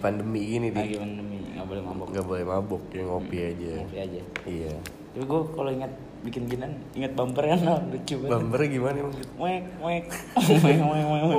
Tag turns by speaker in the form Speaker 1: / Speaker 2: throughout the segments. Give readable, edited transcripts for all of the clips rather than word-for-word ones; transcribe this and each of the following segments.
Speaker 1: pandemi gini
Speaker 2: Lagi pandemi, nggak boleh mabok.
Speaker 1: nggak boleh mabuk, ya ngopi aja.
Speaker 2: Ngopi aja.
Speaker 1: Iya.
Speaker 2: Tapi gue kalau bikin ginian, ingat bumpernya nah, lucu banget.
Speaker 1: Bumpernya gimana emang gitu?
Speaker 2: Wek, wek, wek, wek, wek, wek.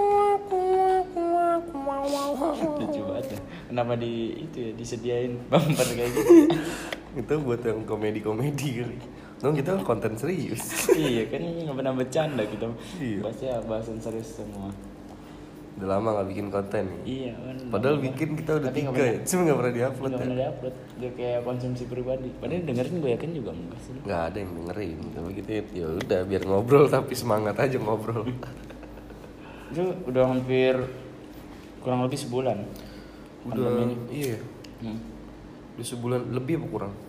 Speaker 2: Lucu banget ya. Kenapa disediain bumper kayak gitu?
Speaker 1: Itu buat yang komedi-komedi kali. Dong kita konten serius.
Speaker 2: Iya kan nggak pernah bercanda kita.
Speaker 1: Iya.
Speaker 2: Bahasnya bahasan serius semua.
Speaker 1: Udah lama nggak bikin konten nih.
Speaker 2: Iya kan.
Speaker 1: Padahal bikin kita udah
Speaker 2: Tapi
Speaker 1: 3 ya, cuma nggak pernah diupload
Speaker 2: Nggak
Speaker 1: ya.
Speaker 2: pernah diupload. Dia kayak konsumsi pribadi. Padahal dengerin gue yakin juga enggak sih.
Speaker 1: Nggak ada yang dengerin, tapi kita ya udah biar ngobrol tapi semangat aja ngobrol.
Speaker 2: Itu udah hampir kurang lebih sebulan.
Speaker 1: Udah
Speaker 2: Pandemi ini.
Speaker 1: iya. Udah sebulan lebih apa kurang?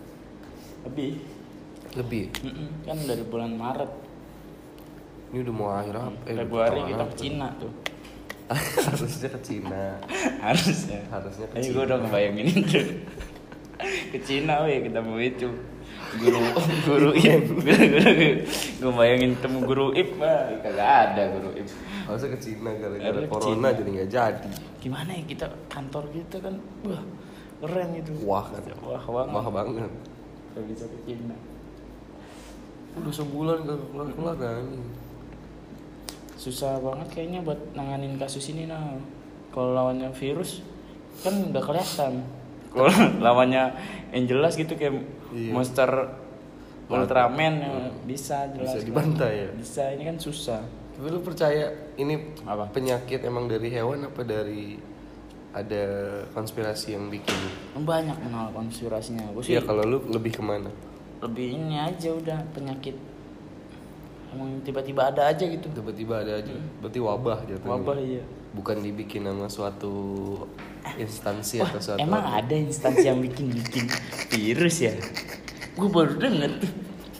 Speaker 1: Lebih.
Speaker 2: Kan dari bulan Maret.
Speaker 1: Ini udah mau akhir apa?
Speaker 2: Februari
Speaker 1: tahun
Speaker 2: kita
Speaker 1: apa?
Speaker 2: ke Cina tuh.
Speaker 1: Harusnya ke Cina.
Speaker 2: Harusnya
Speaker 1: Harusnya ke
Speaker 2: Ini
Speaker 1: Cina.
Speaker 2: gue udah ngebayangin itu. Ke Cina weh kita mau itu. Guru ip. Gue bayangin temu guru ip, kagak ada guru ip.
Speaker 1: Harusnya ke Cina gara-gara
Speaker 2: Harusnya ke
Speaker 1: corona
Speaker 2: Cina.
Speaker 1: jadi nggak jadi.
Speaker 2: Gimana ya kita kantor kita kan, wah keren itu.
Speaker 1: Wah kan.
Speaker 2: Wah banget.
Speaker 1: Wah banget.
Speaker 2: Gak bisa ke Cina.
Speaker 1: Udah sebulan gak keluar nih.
Speaker 2: Susah banget kayaknya buat nanganin kasus ini nah. Kalau lawannya virus kan udah kelihatan. Kalau lawannya yang jelas gitu kayak
Speaker 1: Iya.
Speaker 2: Monster Ultraman ya, bisa jelas.
Speaker 1: Bisa dibantai ya.
Speaker 2: Bisa, ini kan susah.
Speaker 1: Tapi lu percaya ini
Speaker 2: Apa?
Speaker 1: penyakit emang dari hewan apa dari ada konspirasi yang bikin?
Speaker 2: Banyak kenal konspirasinya. Gue sih
Speaker 1: Iya kalau lu lebih kemana?
Speaker 2: lebih ini aja udah penyakit. Emang tiba-tiba ada aja gitu.
Speaker 1: Tiba-tiba ada aja. Berarti wabah jatuhnya.
Speaker 2: Wabah iya.
Speaker 1: Bukan dibikin sama suatu instansi
Speaker 2: Wah,
Speaker 1: atau suatu.
Speaker 2: emang ada instansi yang bikin virus ya? Gue baru denger tuh.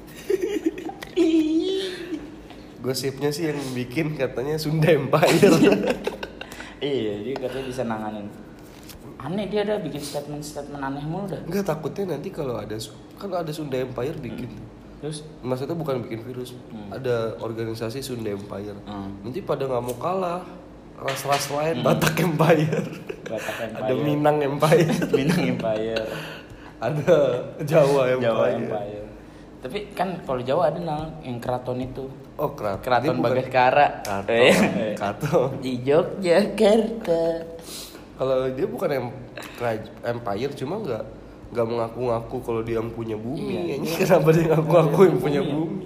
Speaker 1: Gosipnya sih yang bikin katanya Sunda Empire.
Speaker 2: Iya, dia katanya bisa nanganin. Aneh dia ada bikin statement aneh mulu dah.
Speaker 1: Enggak, takutnya nanti kalau ada Sunda Empire bikin.
Speaker 2: Terus
Speaker 1: Maksudnya bukan bikin virus. Ada organisasi Sunda Empire. Nanti pada nggak mau kalah. Ras-ras lain Batak Empire.
Speaker 2: Batak Empire.
Speaker 1: Ada Minang Empire.
Speaker 2: Minang Empire.
Speaker 1: Ada Jawa Empire.
Speaker 2: Jawa Empire. Tapi kan kalau Jawa ada yang keraton itu.
Speaker 1: Oh, keraton.
Speaker 2: Keraton
Speaker 1: Dia bukan-
Speaker 2: Bagaskara.
Speaker 1: Katon.
Speaker 2: Di Yogyakarta.
Speaker 1: Kalau dia bukan empire, cuma nggak mengaku-ngaku kalau dia yang punya bumi.
Speaker 2: Iya.
Speaker 1: Ini kenapa dia ngaku-ngaku yang punya
Speaker 2: Bumi.
Speaker 1: bumi?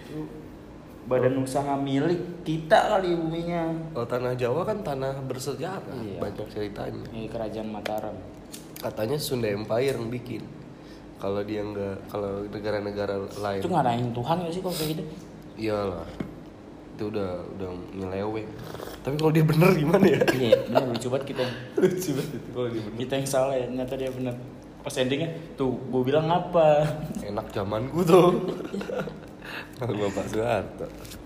Speaker 2: Badan usaha milik kita kali buminya.
Speaker 1: Kalau tanah Jawa kan tanah bersejarah,
Speaker 2: Iya.
Speaker 1: banyak ceritanya.
Speaker 2: Ini kerajaan Mataram.
Speaker 1: Katanya Sunda Empire yang bikin. Kalau dia nggak, kalau negara-negara lain,
Speaker 2: Itu ngarahin Tuhan gak sih kalau kayak gitu?
Speaker 1: iyalah, itu udah nyeleweng. Tapi kalau dia bener gimana ya?
Speaker 2: Iya, bener lucu banget kita.
Speaker 1: Lucu banget itu kalau dia bener.
Speaker 2: Kita yang salah ya, ternyata dia bener. Pas endingnya, tuh gue bilang apa?
Speaker 1: Enak zamanku tuh. Kalau Bapak Soeharto.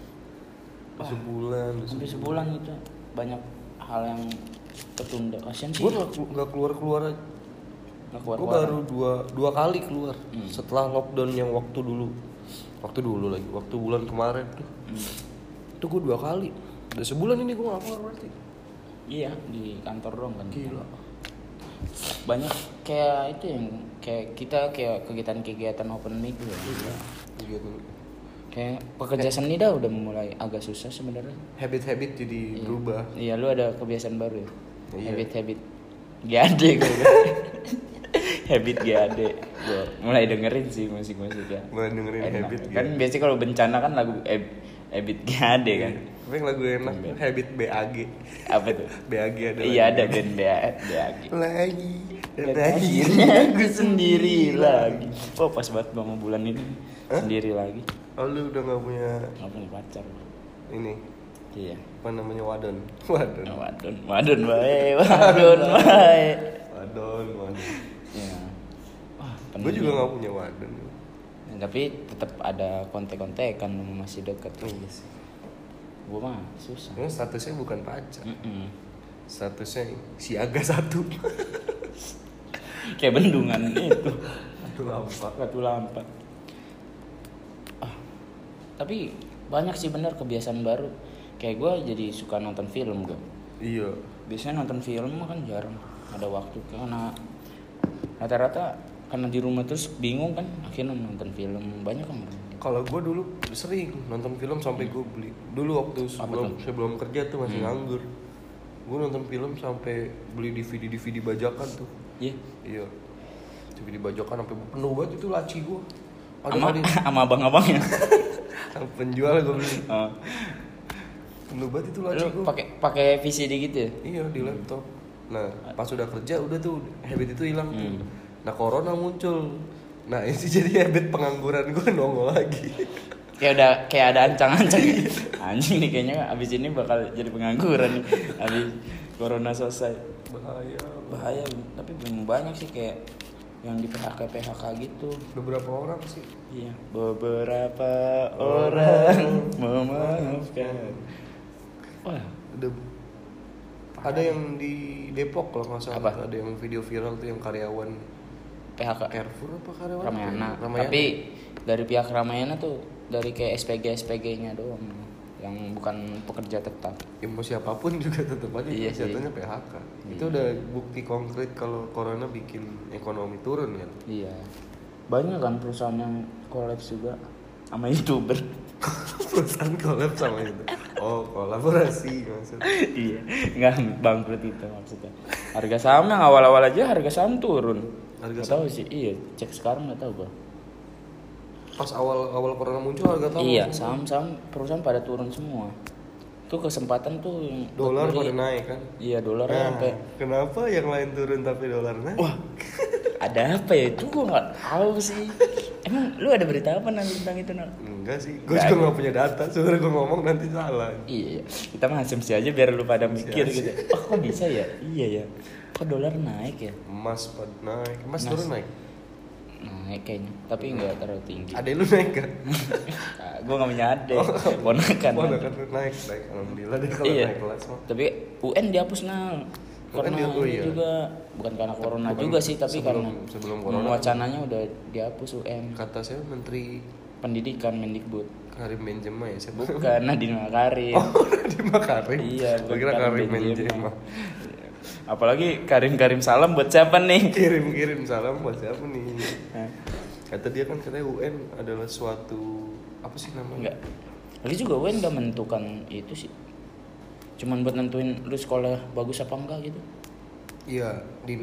Speaker 1: Sebulan.
Speaker 2: Sampai sebulan itu banyak hal yang tertunda. Kasian sih.
Speaker 1: Gue nggak keluar.
Speaker 2: Nggak keluar.
Speaker 1: Gue baru dua kali keluar setelah lockdown yang waktu dulu lagi, waktu bulan kemarin tuh. Itu gue 2 kali. Udah sebulan ini gue nggak keluar berarti.
Speaker 2: Iya, di kantor doang kan.
Speaker 1: Gila.
Speaker 2: Banyak kayak itu yang kayak kita kayak kegiatan open mic gitu.
Speaker 1: Gitu.
Speaker 2: Kayak pekerja seni dah udah mulai agak susah sebenarnya.
Speaker 1: Habit jadi berubah.
Speaker 2: Iya, lu ada kebiasaan baru ya?
Speaker 1: Iya.
Speaker 2: Habit GAD gue. Habit GAD. Gue mulai dengerin sih musik-musik ya.
Speaker 1: Mulai dengerin
Speaker 2: Enak.
Speaker 1: habit
Speaker 2: Kan biasanya kalau bencana kan lagu Habit GAD kan.
Speaker 1: Tapi yang lagu enak habit BAG.
Speaker 2: Apa tuh?
Speaker 1: BAG ada.
Speaker 2: Iya ada band BAG.
Speaker 1: Lagi.
Speaker 2: Dan akhirnya gue sendiri lagi. Oh pas banget bangun bulan ini sendiri lagi.
Speaker 1: Oh lu udah nggak punya
Speaker 2: Gak punya pacar.
Speaker 1: ini
Speaker 2: Iya.
Speaker 1: apa namanya wadon.
Speaker 2: Wadon bae. Wadon bae.
Speaker 1: Wadon.
Speaker 2: Ya. Wah,
Speaker 1: Gue juga nggak punya wadon.
Speaker 2: tapi tetap ada kontek-kontekan masih dekat.
Speaker 1: Iya sih.
Speaker 2: Gue mah susah.
Speaker 1: Karena statusnya bukan pacar.
Speaker 2: Mm-mm.
Speaker 1: Statusnya siaga 1.
Speaker 2: Kayak bendungan itu.
Speaker 1: Satu lampak.
Speaker 2: Batu lampak. Tapi banyak sih bener kebiasaan baru. Kayak gue jadi suka nonton film gue.
Speaker 1: Iya.
Speaker 2: Biasanya nonton film mah kan jarang. ada waktu karena rata-rata karena di rumah terus bingung kan akhirnya nonton film banyak kan.
Speaker 1: Kalau gue dulu sering nonton film sampai gue beli. Dulu waktu sebelum kerja tuh masih nganggur. Gue nonton film sampai beli DVD bajakan tuh. Iya. DVD bajakan sampai penuh banget itu laci gue.
Speaker 2: Sama abang-abangnya.
Speaker 1: Penjual gue beli. Penuh banget itu laci gue.
Speaker 2: Pakai VCD gitu ya?
Speaker 1: Iya di laptop. Nah pas udah kerja udah tuh habit itu hilang tuh. Nah corona muncul. Nah itu jadi habit pengangguran gue nongol lagi.
Speaker 2: Kayak ada ancang-ancang ya. Anjing nih kayaknya abis ini bakal jadi pengangguran nih. Abis corona selesai. Bahaya. Tapi belum banyak sih kayak yang di PHK gitu.
Speaker 1: Beberapa orang sih.
Speaker 2: Iya. Beberapa orang memaafkan. Wah.
Speaker 1: Ada yang di Depok kalau nggak salah.
Speaker 2: Apa?
Speaker 1: Ada yang video viral tuh yang karyawan
Speaker 2: PHK
Speaker 1: Carrefour apa karyawan
Speaker 2: Ramayana. Tapi dari pihak Ramayana tuh dari kayak SPG-nya doang yang bukan pekerja tetap.
Speaker 1: Ya mau siapapun juga tetap aja jatuhnya PHK. Itu udah bukti konkret kalau corona bikin ekonomi turun kan.
Speaker 2: Iya. Banyak kan perusahaan yang kolaps juga sama YouTuber.
Speaker 1: Perusahaan kolaps sama itu. Oh, kolaborasi maksudnya.
Speaker 2: Iya, enggak bangkrut itu maksudnya. Harga saham yang awal-awal aja harga saham turun. Harga saham tahu sih. Iya, cek sekarang enggak tahu gua.
Speaker 1: Pas awal corona muncul harga saham.
Speaker 2: Iya, saham-saham perusahaan pada turun semua. Itu kesempatan tuh yang
Speaker 1: dolar pada naik kan?
Speaker 2: Iya, dolar sampai.
Speaker 1: Kenapa yang lain turun tapi dolar naik?
Speaker 2: Wah. Ada apa ya? Itu gua enggak tahu sih. Emang lu ada berita apa tentang itu, Nal?
Speaker 1: Enggak sih, gue juga nggak punya data. Sebenarnya gue ngomong nanti salah.
Speaker 2: Iya, kita mah asumsi aja biar lu pada mikir gitu. Oh kok bisa ya? Iya ya. Kok dolar naik ya?
Speaker 1: Emas naik, emas turun naik.
Speaker 2: Naik kayaknya, tapi nggak terlalu tinggi.
Speaker 1: Ada lu naik kan?
Speaker 2: Gue nggak punya adek. Ponakan
Speaker 1: naik. Alhamdulillah deh kalau naik kelas mah.
Speaker 2: Tapi UN dihapus Karena juga bukan karena corona juga sih, tapi karena
Speaker 1: sebelum corona
Speaker 2: wacananya udah dihapus UN.
Speaker 1: Kata saya Menteri
Speaker 2: Pendidikan Mendikbud
Speaker 1: Karim Benzema ya siapa?
Speaker 2: Bukan Nadine Makarim.
Speaker 1: Oh Nadine Makarim.
Speaker 2: Iya,
Speaker 1: kira Karim Benzema.
Speaker 2: Apalagi Karim salam buat siapa nih?
Speaker 1: Kirim salam buat siapa nih? Kata dia kan katanya UN adalah suatu apa sih namanya?
Speaker 2: Enggak. Lagi juga UN enggak menentukan itu sih. Cuman buat nentuin lu sekolah bagus apa enggak gitu.
Speaker 1: Iya,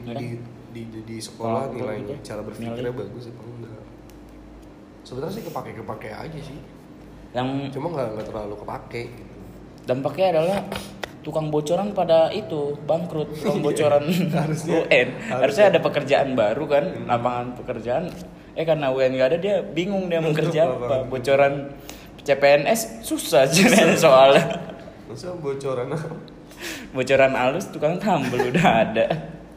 Speaker 1: di sekolah nilainya cara berpikirnya bagus apa enggak. Sebenarnya sih kepake aja sih. Cuma nggak terlalu kepake gitu.
Speaker 2: Dampaknya adalah tukang bocoran pada itu bangkrut. Tukang bocoran UN. Harusnya ada pekerjaan baru kan, lapangan pekerjaan. Karena UN nggak ada dia bingung dia mau kerja apa. Bocoran CPNS susah aja soalnya.
Speaker 1: Masa bocoran apa?
Speaker 2: Bocoran halus tukang tambel udah ada.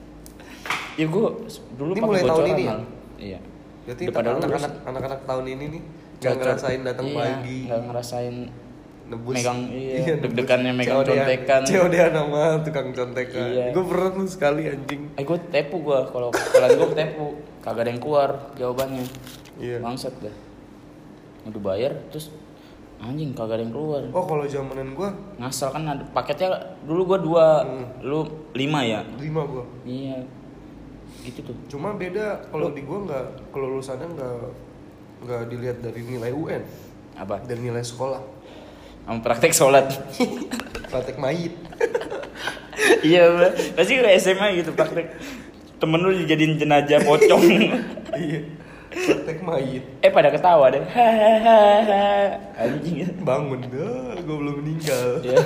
Speaker 2: Ya gue dulu pakai bocoran
Speaker 1: ini ya?
Speaker 2: Iya.
Speaker 1: Berarti anak-anak tahun ini nih nggak ngerasain datang pagi,
Speaker 2: nggak ngerasain
Speaker 1: nebus,
Speaker 2: megang deg-degannya megang contekan.
Speaker 1: COD-an sama tukang contekan.
Speaker 2: Iya.
Speaker 1: Gue pernah tuh sekali anjing.
Speaker 2: Gue tepu kalau gue tepu, kagak ada yang keluar jawabannya.
Speaker 1: Iya.
Speaker 2: Bangsat dah. Udah bayar terus anjing kagak ada yang keluar.
Speaker 1: Oh kalau zamanan gue
Speaker 2: ngasal kan ada paketnya dulu gue 2, lu 5 ya?
Speaker 1: 5 gue.
Speaker 2: Iya. Gitu tuh.
Speaker 1: Cuma beda kalau di gue nggak, kalau lulusannya nggak dilihat dari nilai UN.
Speaker 2: Apa?
Speaker 1: Dari nilai sekolah.
Speaker 2: Sama praktek sholat.
Speaker 1: Praktek mayit.
Speaker 2: Iya bro. Pasti gue SMA gitu praktek. Temen lu dijadiin jenazah pocong.
Speaker 1: Iya. Praktek mayit.
Speaker 2: Pada ketawa deh. Hahaha. Anjing.
Speaker 1: Bangun dah, gue belum meninggal.
Speaker 2: Iya.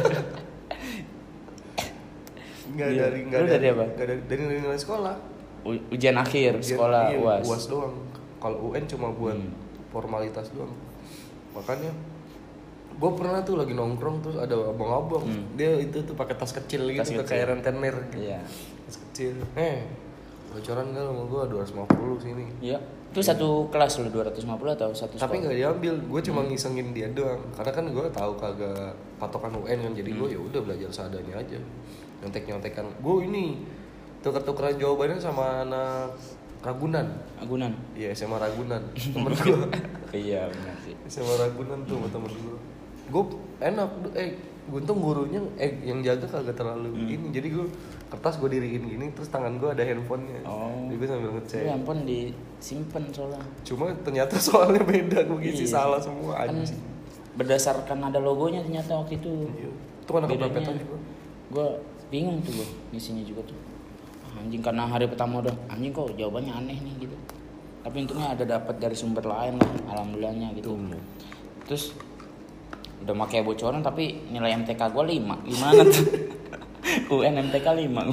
Speaker 1: Nggak dari apa? Dari nilai sekolah.
Speaker 2: Ujian akhir sekolah
Speaker 1: UAS doang. Kalau UN cuma buat formalitas doang. Makanya gue pernah tuh lagi nongkrong terus ada abang-abang dia itu tuh pakai tas kecil gitu kayak rentenir gitu.
Speaker 2: Iya.
Speaker 1: Tas kecil. Bocoran enggak sama gue 250 sini.
Speaker 2: Iya. Itu satu kelas lu 250 atau satu sekolah?
Speaker 1: Tapi nggak diambil, gue cuma ngisengin dia doang. Karena kan gue tahu kagak patokan UN kan, jadi gue ya udah belajar seadanya aja. Nyontek-nyontekan. Gue ini tuker-tukeran jawabannya sama anak Ragunan. Iya, SMA Ragunan. Temen gue.
Speaker 2: Iya, benar sih.
Speaker 1: SMA Ragunan tuh sama temen gue. Gue enak, Untung gurunya yang jaga kagak terlalu ini. Jadi gue kertas gue diriin gini, terus tangan gue ada handphonenya. Jadi gue sambil ngecek.
Speaker 2: Itu handphone disimpan soalnya.
Speaker 1: Cuma ternyata soalnya beda, gue ngisi salah semua
Speaker 2: Kan
Speaker 1: anjing.
Speaker 2: berdasarkan ada logonya ternyata waktu itu.
Speaker 1: Iya. Itu kan kepepet juga.
Speaker 2: Gue bingung tuh gue ngisinya juga tuh. Anjing, karena hari pertama udah anjing kok jawabannya aneh nih gitu. Tapi untungnya ada dapat dari sumber lain lah, alhamdulillahnya gitu. Terus udah pakai bocoran tapi nilai MTK gue 5. Gimana tuh? UN MTK 5.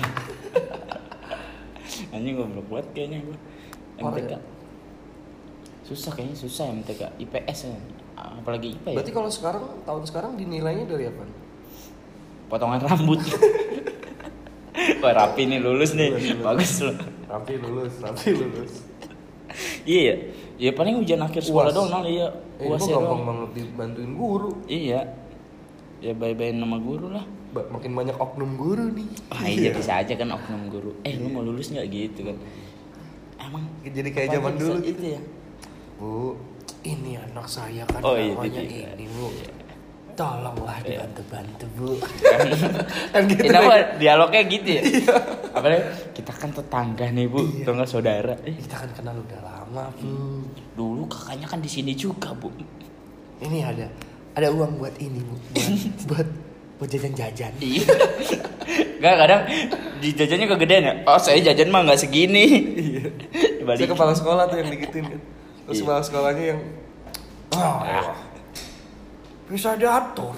Speaker 2: Anjing gue belum buat kayaknya gue. MTK. Susah kayaknya, susah MTK. IPS ya. Apalagi IPA ya.
Speaker 1: Berarti kalau tahun sekarang dinilainya dari apa?
Speaker 2: Potongan rambut. Wah, rapi nih, lulus nih. Bagus loh.
Speaker 1: Rapi lulus.
Speaker 2: Iya. Ya paling ujian akhir sekolah doang mal iya.
Speaker 1: UAS ya gampang banget dibantuin guru.
Speaker 2: Iya. Ya bye-bye nama guru lah.
Speaker 1: Makin banyak oknum guru nih.
Speaker 2: Wah, iya bisa aja kan oknum guru. Lu mau lulus enggak gitu kan. Emang
Speaker 1: jadi kayak zaman dulu
Speaker 2: gitu ya.
Speaker 1: Bu, ini anak saya kan
Speaker 2: namanya
Speaker 1: ini, Bu. Tolonglah dibantu-bantu, Bu.
Speaker 2: Kan gitu. Kenapa dialognya gitu ya? Apalagi kita kan tetangga nih, Bu. Tetangga saudara.
Speaker 1: Kita kan kenal udah lama, Bu.
Speaker 2: Dulu kakaknya kan di sini juga, Bu.
Speaker 1: Ini ada uang buat ini, Bu. Buat jajan-jajan.
Speaker 2: Iya. Enggak, kadang di jajannya kegedean ya. Oh, saya jajan mah enggak segini. Iya.
Speaker 1: Saya kepala sekolah tuh yang digituin kan. Terus kepala sekolahnya yang bisa diatur.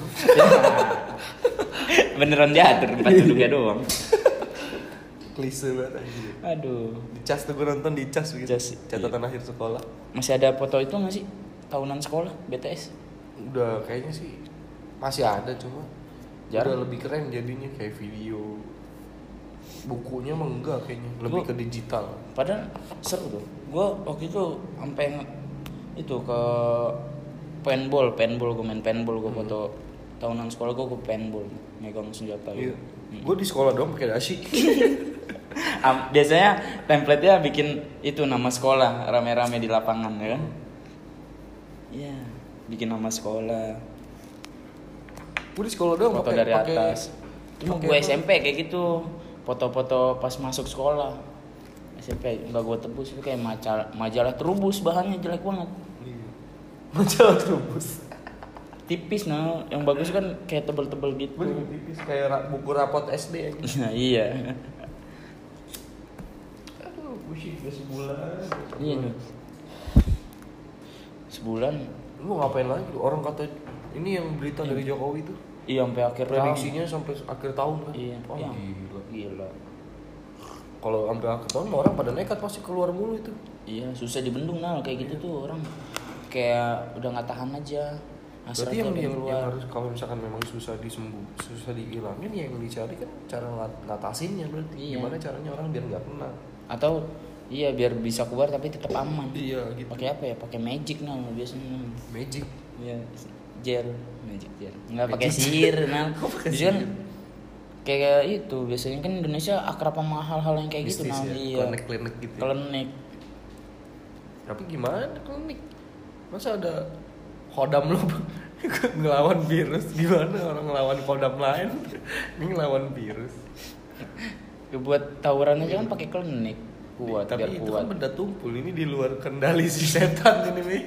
Speaker 2: Beneran diatur, tempat duduknya doang.
Speaker 1: Klise banget aja.
Speaker 2: Aduh.
Speaker 1: Dicas tuh gue nonton dicas gitu. Catatan akhir sekolah.
Speaker 2: Masih ada foto itu nggak sih? Tahunan sekolah BTS?
Speaker 1: Udah kayaknya sih masih ada, cuma udah lebih keren jadinya kayak video. Bukunya mah enggak kayaknya, lebih ke digital.
Speaker 2: Padahal seru tuh. Gue waktu itu sampai itu ke paintball gue main paintball, gue foto tahunan sekolah gue paintball megang senjata gitu.
Speaker 1: Gue di sekolah doang pakai dasi.
Speaker 2: Biasanya template-nya bikin itu nama sekolah rame-rame di lapangan ya kan. Iya, bikin nama sekolah.
Speaker 1: Gue di sekolah doang
Speaker 2: foto dari atas. Cuma gue SMP kayak gitu, foto-foto pas masuk sekolah. SMP enggak gue tebus, itu kayak majalah Trubus, bahannya jelek banget.
Speaker 1: Majalah Trubus.
Speaker 2: Tipis nah, yang bagus kan kayak tebel-tebel gitu.
Speaker 1: Tipis kayak buku rapot SD aja.
Speaker 2: Nah, iya.
Speaker 1: Aduh, bullshit udah sebulan.
Speaker 2: Iya nih. Sebulan.
Speaker 1: Lu ngapain lagi? Orang kata ini yang berita dari Jokowi tuh.
Speaker 2: Iya, sampai akhir tahun.
Speaker 1: Prediksinya sampai akhir tahun kan.
Speaker 2: Iya.
Speaker 1: Oh,
Speaker 2: iya.
Speaker 1: Gila. Kalau sampai akhir tahun orang pada nekat pasti keluar mulu itu.
Speaker 2: Iya, susah dibendung nah kayak gitu tuh orang. Kayak udah nggak tahan aja.
Speaker 1: Berarti yang harus kalau misalkan memang susah dihilangin, yang dicari kan cara ngatasinnya berarti. Iya. Gimana caranya orang biar nggak kena?
Speaker 2: Atau iya biar bisa keluar tapi tetap aman.
Speaker 1: Iya gitu.
Speaker 2: Pakai apa ya? Pakai magic nah biasanya.
Speaker 1: Magic.
Speaker 2: Iya, magic gel. Nggak pakai sihir nah. Biasanya kan kayak itu biasanya kan Indonesia akrab sama hal-hal yang kayak mistis gitu nah.
Speaker 1: Ya? Iya. Klinik gitu.
Speaker 2: Klinik.
Speaker 1: Tapi gimana klinik? Masa ada kodam lu ngelawan virus, gimana orang ngelawan kodam lain? Ini ngelawan virus.
Speaker 2: Buat tawuran aja kan pakai klinik kuat.
Speaker 1: Tapi itu kuat. Kan benda tumpul, ini di luar kendali si setan ini nih.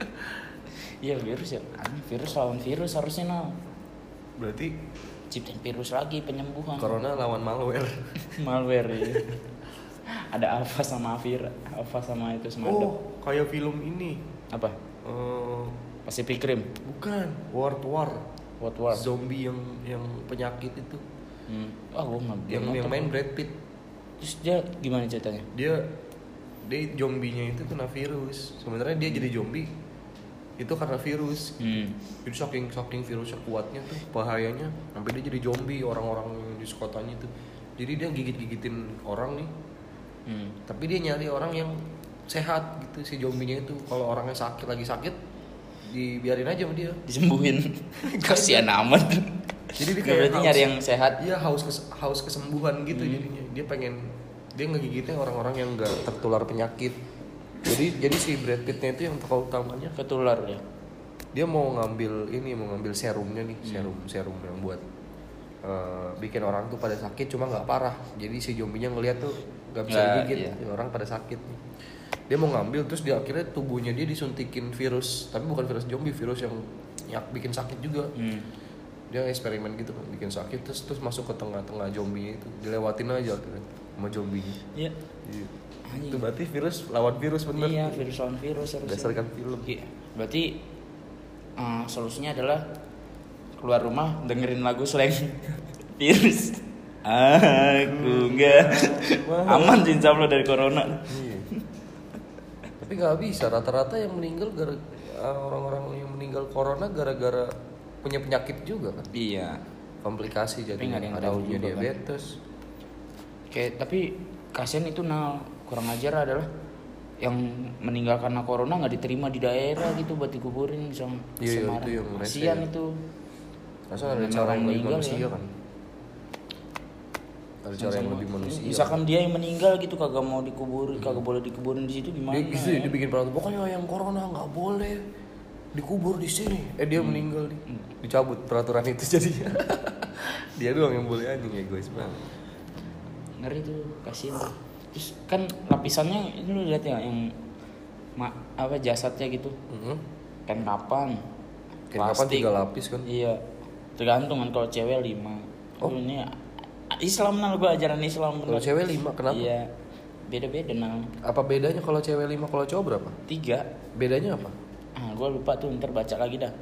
Speaker 2: Iya virus ya, virus lawan virus harusnya nah.
Speaker 1: Berarti
Speaker 2: ciptain virus lagi penyembuhan.
Speaker 1: Corona lawan malware.
Speaker 2: Malware ya. Ada alpha sama Avira, alpha sama itu semandap.
Speaker 1: Oh, kayak film ini.
Speaker 2: Apa? Pacific Rim.
Speaker 1: Bukan, World War. Zombie yang penyakit itu.
Speaker 2: Gua nggak.
Speaker 1: Yang main Brad Pitt.
Speaker 2: Terus dia gimana ceritanya?
Speaker 1: Dia zombinya itu kena virus. Sebenarnya dia jadi zombie itu karena virus. Jadi saking virusnya kuatnya tuh bahayanya sampai dia jadi zombie orang-orang di kotanya itu. Jadi dia gigit-gigitin orang nih. Tapi dia nyari orang yang sehat gitu si zombinya itu. Kalau orangnya lagi sakit dibiarin aja sama dia,
Speaker 2: disembuhin. Kasihan amat.
Speaker 1: Jadi dia kayak
Speaker 2: berarti nyari yang sehat.
Speaker 1: Iya, haus kesembuhan gitu jadinya. Dia ngegigitnya orang-orang yang enggak tertular penyakit. Jadi si Brad Pitt-nya itu yang tokoh utamanya
Speaker 2: ketular ya.
Speaker 1: Dia mau ngambil serumnya nih, serum yang buat bikin orang tuh pada sakit cuma nggak parah. Jadi si zombinya ngeliat tuh nggak bisa digigit, orang pada sakit nih. Dia mau ngambil terus dia akhirnya tubuhnya dia disuntikin virus, tapi bukan virus zombie, virus yang bikin sakit juga. Dia eksperimen gitu kan, bikin sakit terus masuk ke tengah-tengah zombie itu, dilewatin aja akhirnya sama zombie.
Speaker 2: Iya.
Speaker 1: Itu berarti virus lawan virus bener.
Speaker 2: Iya, virus lawan virus harusnya.
Speaker 1: Berdasarkan film.
Speaker 2: Iya. Berarti solusinya adalah keluar rumah dengerin lagu slang virus. Aku enggak aman insya Allah dari corona.
Speaker 1: Iya. Tapi nggak bisa, rata-rata yang meninggal orang-orang yang meninggal corona gara-gara punya penyakit juga kan.
Speaker 2: Iya.
Speaker 1: Komplikasi jadi
Speaker 2: ada
Speaker 1: punya diabetes.
Speaker 2: Kayak tapi kasihan itu kurang ajar adalah yang meninggal karena corona nggak diterima di daerah gitu buat dikuburin sama Semarang.
Speaker 1: Itu yang
Speaker 2: kasihan itu.
Speaker 1: Masa ada cara yang lebih manusia kan? Ada cara yang lebih manusia.
Speaker 2: Misalkan dia yang meninggal gitu kagak mau dikuburin, kagak boleh dikuburin di situ gimana?
Speaker 1: Dia bikin peraturan pokoknya yang corona nggak boleh dikubur di sini. Dia meninggal nih. Dicabut peraturan itu jadinya. Dia doang yang boleh, anjing, egois banget.
Speaker 2: Ngeri tuh, kasihan. Terus kan lapisannya ini lu lihat ya yang jasadnya gitu. Kain kapan?
Speaker 1: Plastik. 3 lapis kan?
Speaker 2: Iya. Tergantung kan, kalau cewek 5. Ini Islam gua ajaran Islam.
Speaker 1: Kalau cewek 5 kenapa?
Speaker 2: Iya. Beda-beda
Speaker 1: Apa bedanya kalau cewek 5 kalau cowok berapa?
Speaker 2: 3.
Speaker 1: Bedanya apa?
Speaker 2: Gue lupa tuh, ntar baca lagi dah.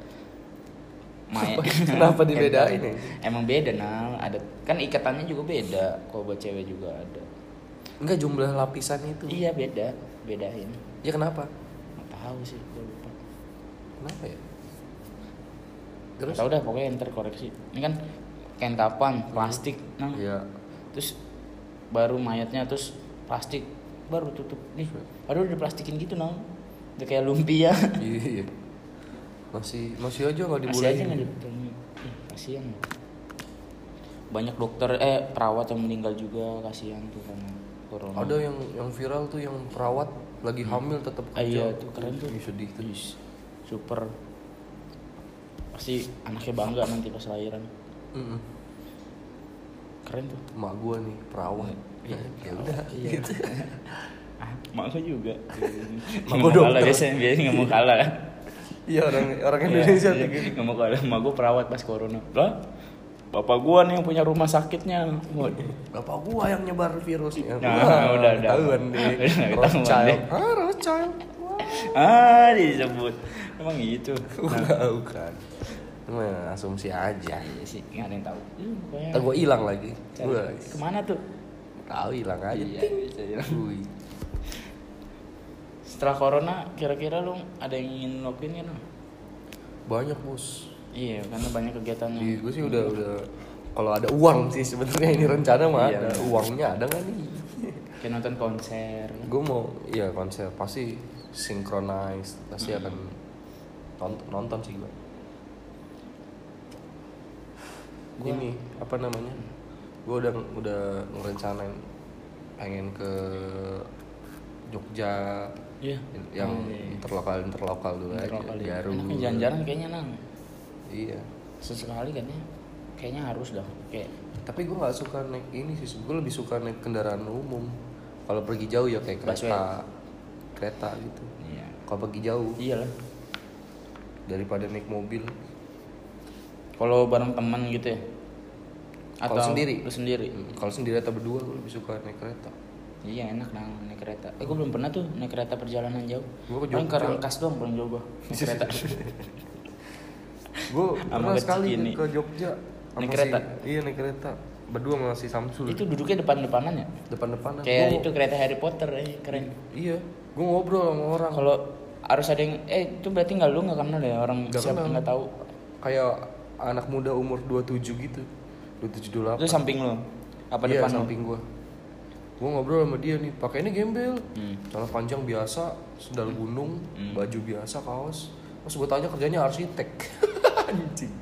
Speaker 1: Kenapa dibedain ya?
Speaker 2: Emang beda ada kan ikatannya juga beda. Kalau buat cewek juga ada.
Speaker 1: Enggak, jumlah lapisan itu.
Speaker 2: Iya bedain.
Speaker 1: Ya kenapa?
Speaker 2: Nggak tahu sih, gue lupa.
Speaker 1: Kenapa ya? Terus?
Speaker 2: Tahu dah, pokoknya ntar koreksi. Ini kan kain kapan, plastik,
Speaker 1: Iya.
Speaker 2: Terus baru mayatnya, terus plastik, baru tutup. Nih, baru udah plastikin gitu udah kayak lumpia.
Speaker 1: Iya. Masih aja nggak dibolehin.
Speaker 2: Masih aja nggak dibolehin. Kasihan. Banyak dokter perawat yang meninggal juga, kasihan tuh karena corona.
Speaker 1: Ada yang viral tuh yang perawat lagi hamil tetap kerja.
Speaker 2: Iya tuh keren tuh.
Speaker 1: Sedih tuh.
Speaker 2: Super. Pasti anaknya bangga nanti pas lahiran. Keren tuh.
Speaker 1: Mak gua nih perawat. Ya udah.
Speaker 2: Iya.
Speaker 1: Gitu.
Speaker 2: Mak gua juga.
Speaker 1: Mak gua dokter.
Speaker 2: Biasanya nggak mau kalah kan.
Speaker 1: Iya, orang Indonesia
Speaker 2: tuh gitu. Nggak mau kalah. Mak gua perawat pas corona. Lah, bapak gua nih yang punya rumah sakitnya.
Speaker 1: Bapak gua yang nyebar virusnya.
Speaker 2: Udah.
Speaker 1: Tahuan deh. Rothschild.
Speaker 2: Disebut. Emang gitu.
Speaker 1: Bukan. Cuma asumsi aja.
Speaker 2: Iya sih, nggak ada yang tahu.
Speaker 1: Ntar gue hilang lagi.
Speaker 2: Kemana tuh?
Speaker 1: Tahu hilang aja.
Speaker 2: Iya, bisa hilang. Setelah corona, kira-kira lu ada yang ingin lakuin kan?
Speaker 1: Banyak, Bos.
Speaker 2: Iya, karena banyak kegiatannya.
Speaker 1: Iya, gue sih udah kalau ada uang sih sebenarnya ini rencana mah ada. Uangnya ada nggak nih?
Speaker 2: Kayak nonton konser.
Speaker 1: Gue mau, iya konser pasti synchronize, pasti akan nonton sih gue. Ini apa namanya? Gue udah ngerencanain pengen ke Jogja.
Speaker 2: Iya.
Speaker 1: Yang interlokal dulu aja. Garut.
Speaker 2: Jalan-jalan kayaknya
Speaker 1: Iya.
Speaker 2: Sesekali kan ya. Kayaknya harus dah. Kayak.
Speaker 1: Tapi gue nggak suka naik ini sih. Gue lebih suka naik kendaraan umum. Kalau pergi jauh ya kayak kereta gitu.
Speaker 2: Iya.
Speaker 1: Kalau pergi jauh.
Speaker 2: Iyalah.
Speaker 1: Daripada naik mobil.
Speaker 2: Kalau bareng teman gitu ya? Atau
Speaker 1: kalau sendiri?
Speaker 2: Lu sendiri?
Speaker 1: Kalau sendiri atau berdua gue lebih suka naik kereta.
Speaker 2: Iya enak naik kereta. Gue belum pernah tuh naik kereta perjalanan jauh.
Speaker 1: Gue
Speaker 2: paling ke Rangkas doang paling jauh gue naik kereta.
Speaker 1: Gue pernah sekali ke Jogja.
Speaker 2: Naik kereta?
Speaker 1: Iya naik kereta. Berdua sama si Samsul.
Speaker 2: Itu duduknya depan-depanan ya?
Speaker 1: Depan-depanan.
Speaker 2: Kayak itu kereta Harry Potter keren.
Speaker 1: Iya. Gue ngobrol sama orang.
Speaker 2: Kalau harus ada yang itu berarti nggak kenal ya orang siapa nggak tahu.
Speaker 1: Kayak anak muda umur 27 gitu. 27 28.
Speaker 2: Itu samping lo? Apa
Speaker 1: iya,
Speaker 2: depan lo?
Speaker 1: samping gue ngobrol sama dia nih, pakainya gembel, celana panjang biasa, sendal gunung, baju biasa, kaos. Terus gue tanya kerjanya arsitek. Anjing.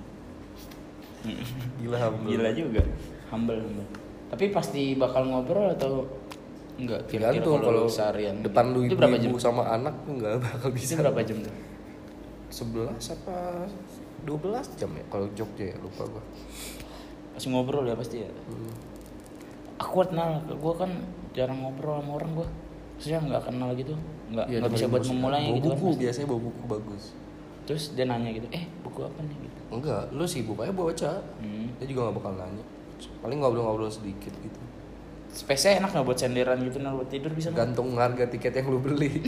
Speaker 2: Gila juga, humble. Tapi pasti bakal ngobrol atau enggak?
Speaker 1: Tergantung kalau
Speaker 2: seharian
Speaker 1: depan lu
Speaker 2: itu berapa jam
Speaker 1: sama anak enggak bakal bisa.
Speaker 2: Itu berapa jam tuh?
Speaker 1: 11 apa 12 jam ya kalau Jogja ya, lupa gua.
Speaker 2: Masih ngobrol ya pasti ya. Awkward Nal, gue kan jarang ngobrol sama orang gue. Maksudnya nggak kenal gitu, nggak bisa buat memulainya gitu kan.
Speaker 1: Buku biasanya bawa buku bagus.
Speaker 2: Terus dia nanya gitu, buku apa nih gitu.
Speaker 1: Enggak, lu sibuk aja baca. Dia juga nggak bakal nanya. Paling ngobrol-ngobrol sedikit gitu.
Speaker 2: Space-nya enak nggak buat senderan gitu, Nal, buat tidur bisa nggak?
Speaker 1: Gantung harga tiket yang lu beli.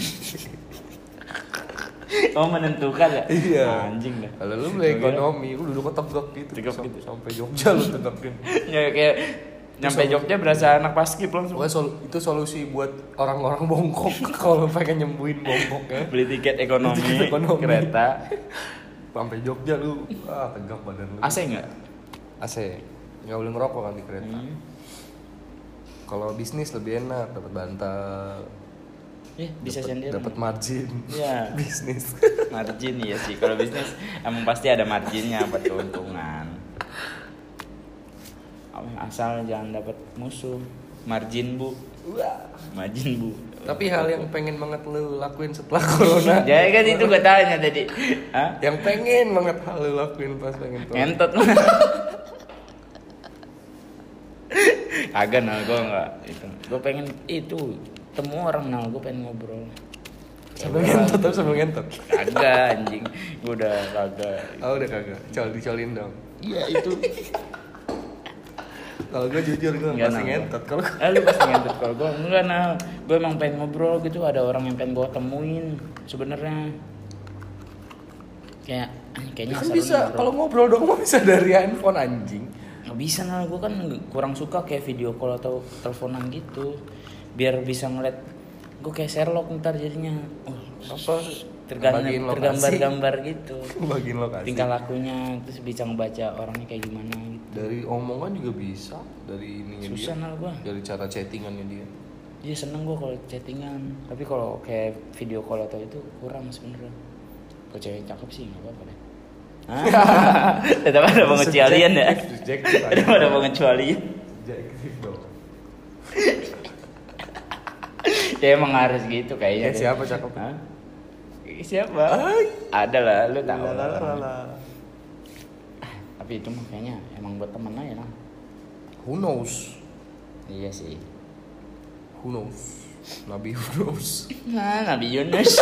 Speaker 2: Oh menentukan ya?
Speaker 1: Iya.
Speaker 2: Anjing dah.
Speaker 1: Kalau lu beli ekonomi, lu duduk tegak gitu.
Speaker 2: Tegak gitu.
Speaker 1: Sampai Jogja lu tegakin.
Speaker 2: Ya kayak nyampe Jogja berasa anak paskib langsung.
Speaker 1: Pokoknya itu solusi buat orang-orang bongkok kalau pengen nyembuhin bongkoknya.
Speaker 2: Beli tiket ekonomi, kereta.
Speaker 1: Sampai Jogja lu tegak badan lu.
Speaker 2: AC nggak?
Speaker 1: AC. Nggak boleh ngerokok kan di kereta. Kalau bisnis lebih enak, dapat bantal.
Speaker 2: Bisa sendiri.
Speaker 1: Dapat margin.
Speaker 2: Iya.
Speaker 1: Bisnis.
Speaker 2: Margin ya sih. Kalau bisnis emang pasti ada marginnya buat keuntungan. Asal jangan dapat musuh. Margin bu. Margin bu.
Speaker 1: Tapi hal yang pengen banget lu lakuin setelah corona.
Speaker 2: Jadi kan itu gue tanya tadi. Hah?
Speaker 1: Yang pengen banget hal lu lakuin pas pengen corona.
Speaker 2: Ngentot. Kagak Nal, gue enggak itu. Gue pengen itu temu orang Nal, gue pengen ngobrol.
Speaker 1: Sambil ngentot tapi sambil ngentot.
Speaker 2: Kagak anjing. Gue udah kagak.
Speaker 1: Oh udah kagak. Dicolin dong.
Speaker 2: Iya itu.
Speaker 1: Kalau gue jujur gue pasti ngentot. Kalau
Speaker 2: lu pasti ngentot. Kalau gue enggak Nal. Gue emang pengen ngobrol gitu, ada orang yang pengen gue temuin sebenarnya. Kayaknya
Speaker 1: kan bisa kalau ngobrol dong mah bisa dari handphone anjing.
Speaker 2: Nggak bisa Nal, gue kan kurang suka kayak video call atau teleponan gitu. Biar bisa ngeliat gue kayak Sherlock ntar jadinya.
Speaker 1: Apa
Speaker 2: tergambar-gambar gitu.
Speaker 1: Bagiin lokasi.
Speaker 2: Tingkah lakunya, terus bisa ngebaca orangnya kayak gimana gitu.
Speaker 1: Dari omongan juga bisa, dari ininya dia.
Speaker 2: Susah Nal gue.
Speaker 1: Dari cara chattingannya dia.
Speaker 2: Iya seneng gue kalau chattingan, tapi kalau kayak video call atau itu kurang sebenarnya. Kalau cewek cakep sih nggak apa-apa deh. Tetap ada pengecualian ya. Tetap ada pengecualian.
Speaker 1: Subjektif dong.
Speaker 2: Ya emang harus gitu kayaknya.
Speaker 1: Siapa cakep?
Speaker 2: Siapa? Ada lah, lu tahu.
Speaker 1: Lala.
Speaker 2: Tapi itu mah kayaknya emang buat temen aja lah.
Speaker 1: Who knows?
Speaker 2: Iya sih.
Speaker 1: Who knows? Nabi who knows?
Speaker 2: Nabi Yunus.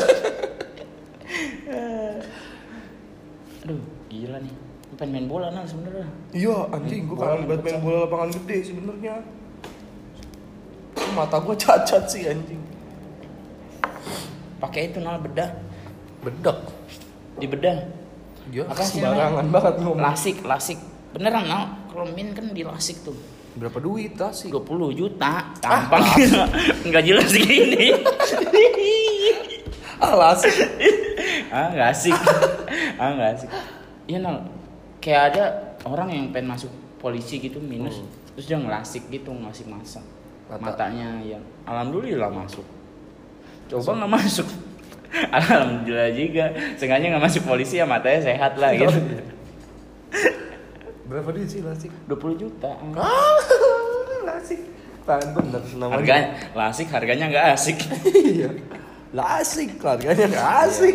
Speaker 2: Aduh, gila nih. Gue pengen main bola Nal sebenarnya.
Speaker 1: Iya, anjing gue kangen banget main bola lapangan gede sebenarnya. Mata gue cacat sih anjing.
Speaker 2: Pakai itu Nal bedah.
Speaker 1: Bedak.
Speaker 2: Di bedah.
Speaker 1: Iya,
Speaker 2: apa sih
Speaker 1: sembarangan banget ngomong.
Speaker 2: Lasik. Beneran Nal, kalau min kan di lasik tuh.
Speaker 1: Berapa duit sih?
Speaker 2: 20 juta. Tampang. Enggak jelas gini.
Speaker 1: Lasik.
Speaker 2: Enggak asik. Enggak asik. Iya Nal. Kayak ada orang yang pengen masuk polisi gitu minus. Terus dia ngelasik gitu, ngasih masa. Matanya yang alhamdulillah masuk. Coba nggak masuk. Alhamdulillah juga. Sengaja nggak masuk polisi ya matanya sehat lah gitu.
Speaker 1: Berapa duit sih lasik?
Speaker 2: 20 juta.
Speaker 1: Lasik. Tahan bener namanya.
Speaker 2: Harganya lasik, harganya nggak asik.
Speaker 1: Iya. Lasik, harganya nggak asik.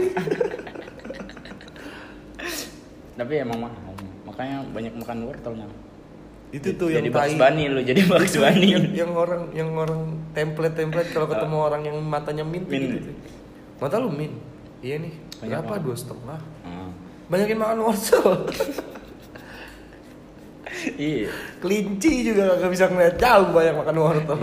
Speaker 2: Tapi emang mahal. Makanya banyak makan wortelnya.
Speaker 1: Itu tuh
Speaker 2: jadi
Speaker 1: yang
Speaker 2: Bugs Bunny lu, jadi Bugs Bunny.
Speaker 1: yang orang template kalau ketemu orang yang matanya mint gitu. Mata lu mint. Iya nih. Berapa? 2,5. Banyakin makan wortel.
Speaker 2: Iya.
Speaker 1: Kelinci juga gak bisa ngeliat jauh banyak makan wortel.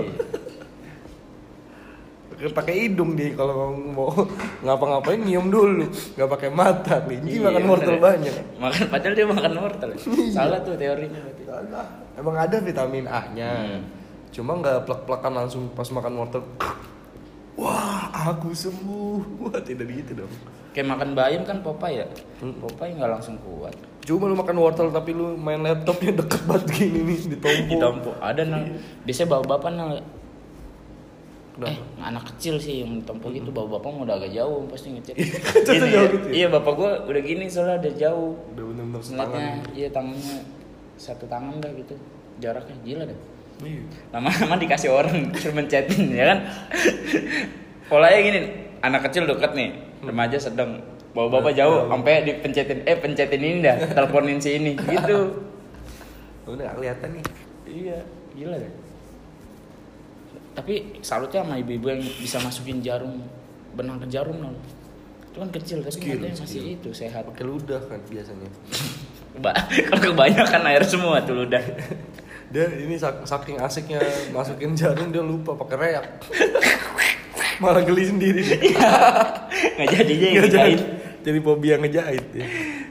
Speaker 1: Pakai hidung dia kalau mau ngapa-ngapain nyium dulu, nggak pakai mata. Kelinci makan wortel banyak.
Speaker 2: Makan padahal dia makan wortel. Salah tuh teorinya berarti.
Speaker 1: Salah. Emang ada vitamin A-nya. Cuma nggak plek-plekan langsung pas makan wortel. Wah, aku sembuh. Wah, tidak gitu dong.
Speaker 2: Kayak makan bayam kan Popeye ya. Popeye nggak langsung kuat.
Speaker 1: Cuma lu makan wortel tapi lu main laptopnya deket banget gini nih ditompo.
Speaker 2: Ditompo. Ada Nal. Biasanya bapak-bapak Nal. Anak kecil sih yang ditompo gitu, bapak-bapak mau udah agak jauh pasti ngecek.
Speaker 1: Jauh gitu ya?
Speaker 2: Iya, bapak gua udah gini soalnya udah jauh.
Speaker 1: Udah bener-bener
Speaker 2: setangan. Iya, tangannya satu tangan dah gitu. Jaraknya gila dah.
Speaker 1: Iya.
Speaker 2: Lama-lama dikasih orang suruh mencetin ya kan. Polanya gini, anak kecil deket nih, remaja sedang. Bawa bapak jauh sampai pencetin ini dah, teleponin si ini gitu.
Speaker 1: Udah gak kelihatan nih.
Speaker 2: Iya, gila deh. Tapi salutnya sama ibu-ibu yang bisa masukin benang ke jarum loh. Itu kan kecil tapi matanya masih itu sehat.
Speaker 1: Pakai ludah kan biasanya.
Speaker 2: Kalau kebanyakan air semua tuh ludah.
Speaker 1: Dia ini saking asiknya masukin jarum dia lupa pakai reak. Malah geli sendiri dia.
Speaker 2: Nggak jadinya yang ngejahit.
Speaker 1: Jadi fobia ngejahit ya.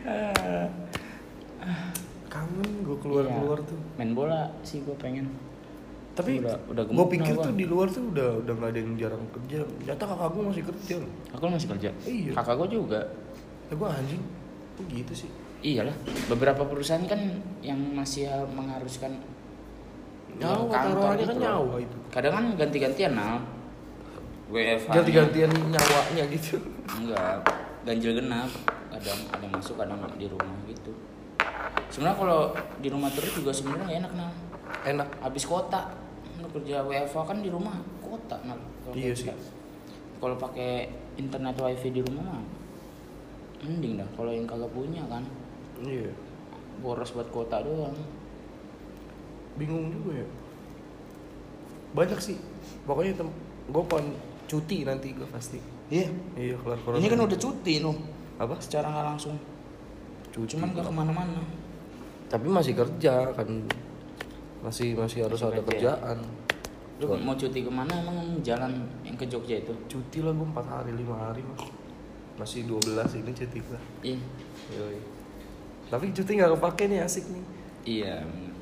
Speaker 1: Kangen gue keluar tuh.
Speaker 2: Main bola sih gue pengen.
Speaker 1: Tapi
Speaker 2: udah
Speaker 1: gue pikir tuh di luar tuh udah nggak ada yang jarang kerja. Ternyata kakak gue masih kerja loh.
Speaker 2: Aku masih kerja.
Speaker 1: Iya.
Speaker 2: Kakak gue juga.
Speaker 1: Ya gue anjing. Kok gitu sih?
Speaker 2: Iyalah. Beberapa perusahaan kan yang masih mengharuskan
Speaker 1: nyawa, taruhannya kan nyawa itu.
Speaker 2: Kadang kan ganti-gantian WFH.
Speaker 1: Ganti-gantian nyawanya gitu.
Speaker 2: Enggak, ganjil genap. Kadang ada masuk, kadang di rumah gitu. Sebenarnya kalau di rumah terus juga sebenarnya enak
Speaker 1: Enak.
Speaker 2: Habis kota. Lu kerja WFH kan di rumah kota
Speaker 1: Iya sih.
Speaker 2: Kalau pakai internet wifi di rumah mah mending dah. Kalau yang kagak punya kan.
Speaker 1: Iya.
Speaker 2: Boros buat kota doang.
Speaker 1: Bingung juga ya. Banyak sih. Pokoknya gue pengen cuti nanti gue pasti.
Speaker 2: Iya.
Speaker 1: Iya kelar corona.
Speaker 2: Ini kan udah cuti loh.
Speaker 1: Apa?
Speaker 2: Secara nggak langsung.
Speaker 1: Cuti.
Speaker 2: Cuman gak kemana-mana.
Speaker 1: Tapi masih kerja kan. Masih harus ada kerjaan.
Speaker 2: Lu mau cuti kemana emang jalan yang ke Jogja itu?
Speaker 1: Cuti lah gue 4 hari 5 hari mas. Masih 12 ini cuti gue.
Speaker 2: Iya.
Speaker 1: Yoi. Tapi cuti gak kepake nih, asik nih.
Speaker 2: Iya.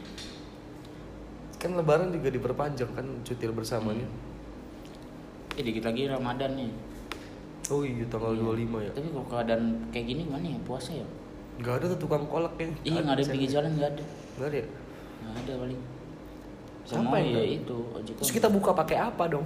Speaker 1: Kan lebaran juga diperpanjang kan cuti bersamanya.
Speaker 2: Dikit lagi Ramadan nih.
Speaker 1: Oh iya tanggal 25 ya.
Speaker 2: Tapi kalau keadaan kayak gini gimana ya puasa ya?
Speaker 1: Gak ada tuh tukang kolak ya.
Speaker 2: Iya nggak ada di pinggir jalan nggak ada.
Speaker 1: Nggak ada ya?
Speaker 2: Nggak ada paling.
Speaker 1: Siapa
Speaker 2: Sama
Speaker 1: yang
Speaker 2: ya
Speaker 1: tahu?
Speaker 2: itu ojek.
Speaker 1: Terus kita buka pakai apa dong?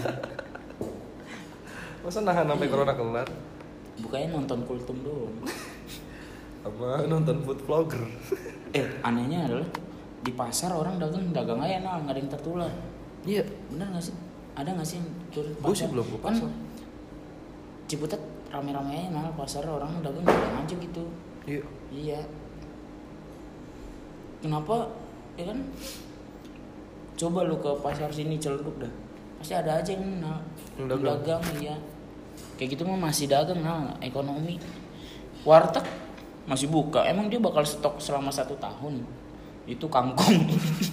Speaker 1: Masa nahan sampai corona kelar?
Speaker 2: Bukanya nonton kultum doang.
Speaker 1: Apa nonton food vlogger?
Speaker 2: Anehnya adalah di pasar orang dagang aja nggak ada yang tertular.
Speaker 1: Iya.
Speaker 2: Bener nggak sih? Ada nggak sih yang turun
Speaker 1: Gue sih belum ke pasar.
Speaker 2: Kan Ciputat rame-rame aja pasar orang dagang aja gitu.
Speaker 1: Iya.
Speaker 2: Iya. Kenapa? Ya kan? Coba lu ke pasar sini Celenduk dah. Pasti ada aja yang dagang iya. Kayak gitu mah masih dagang ekonomi. Warteg masih buka. Emang dia bakal stok selama 1 tahun. Itu kangkung.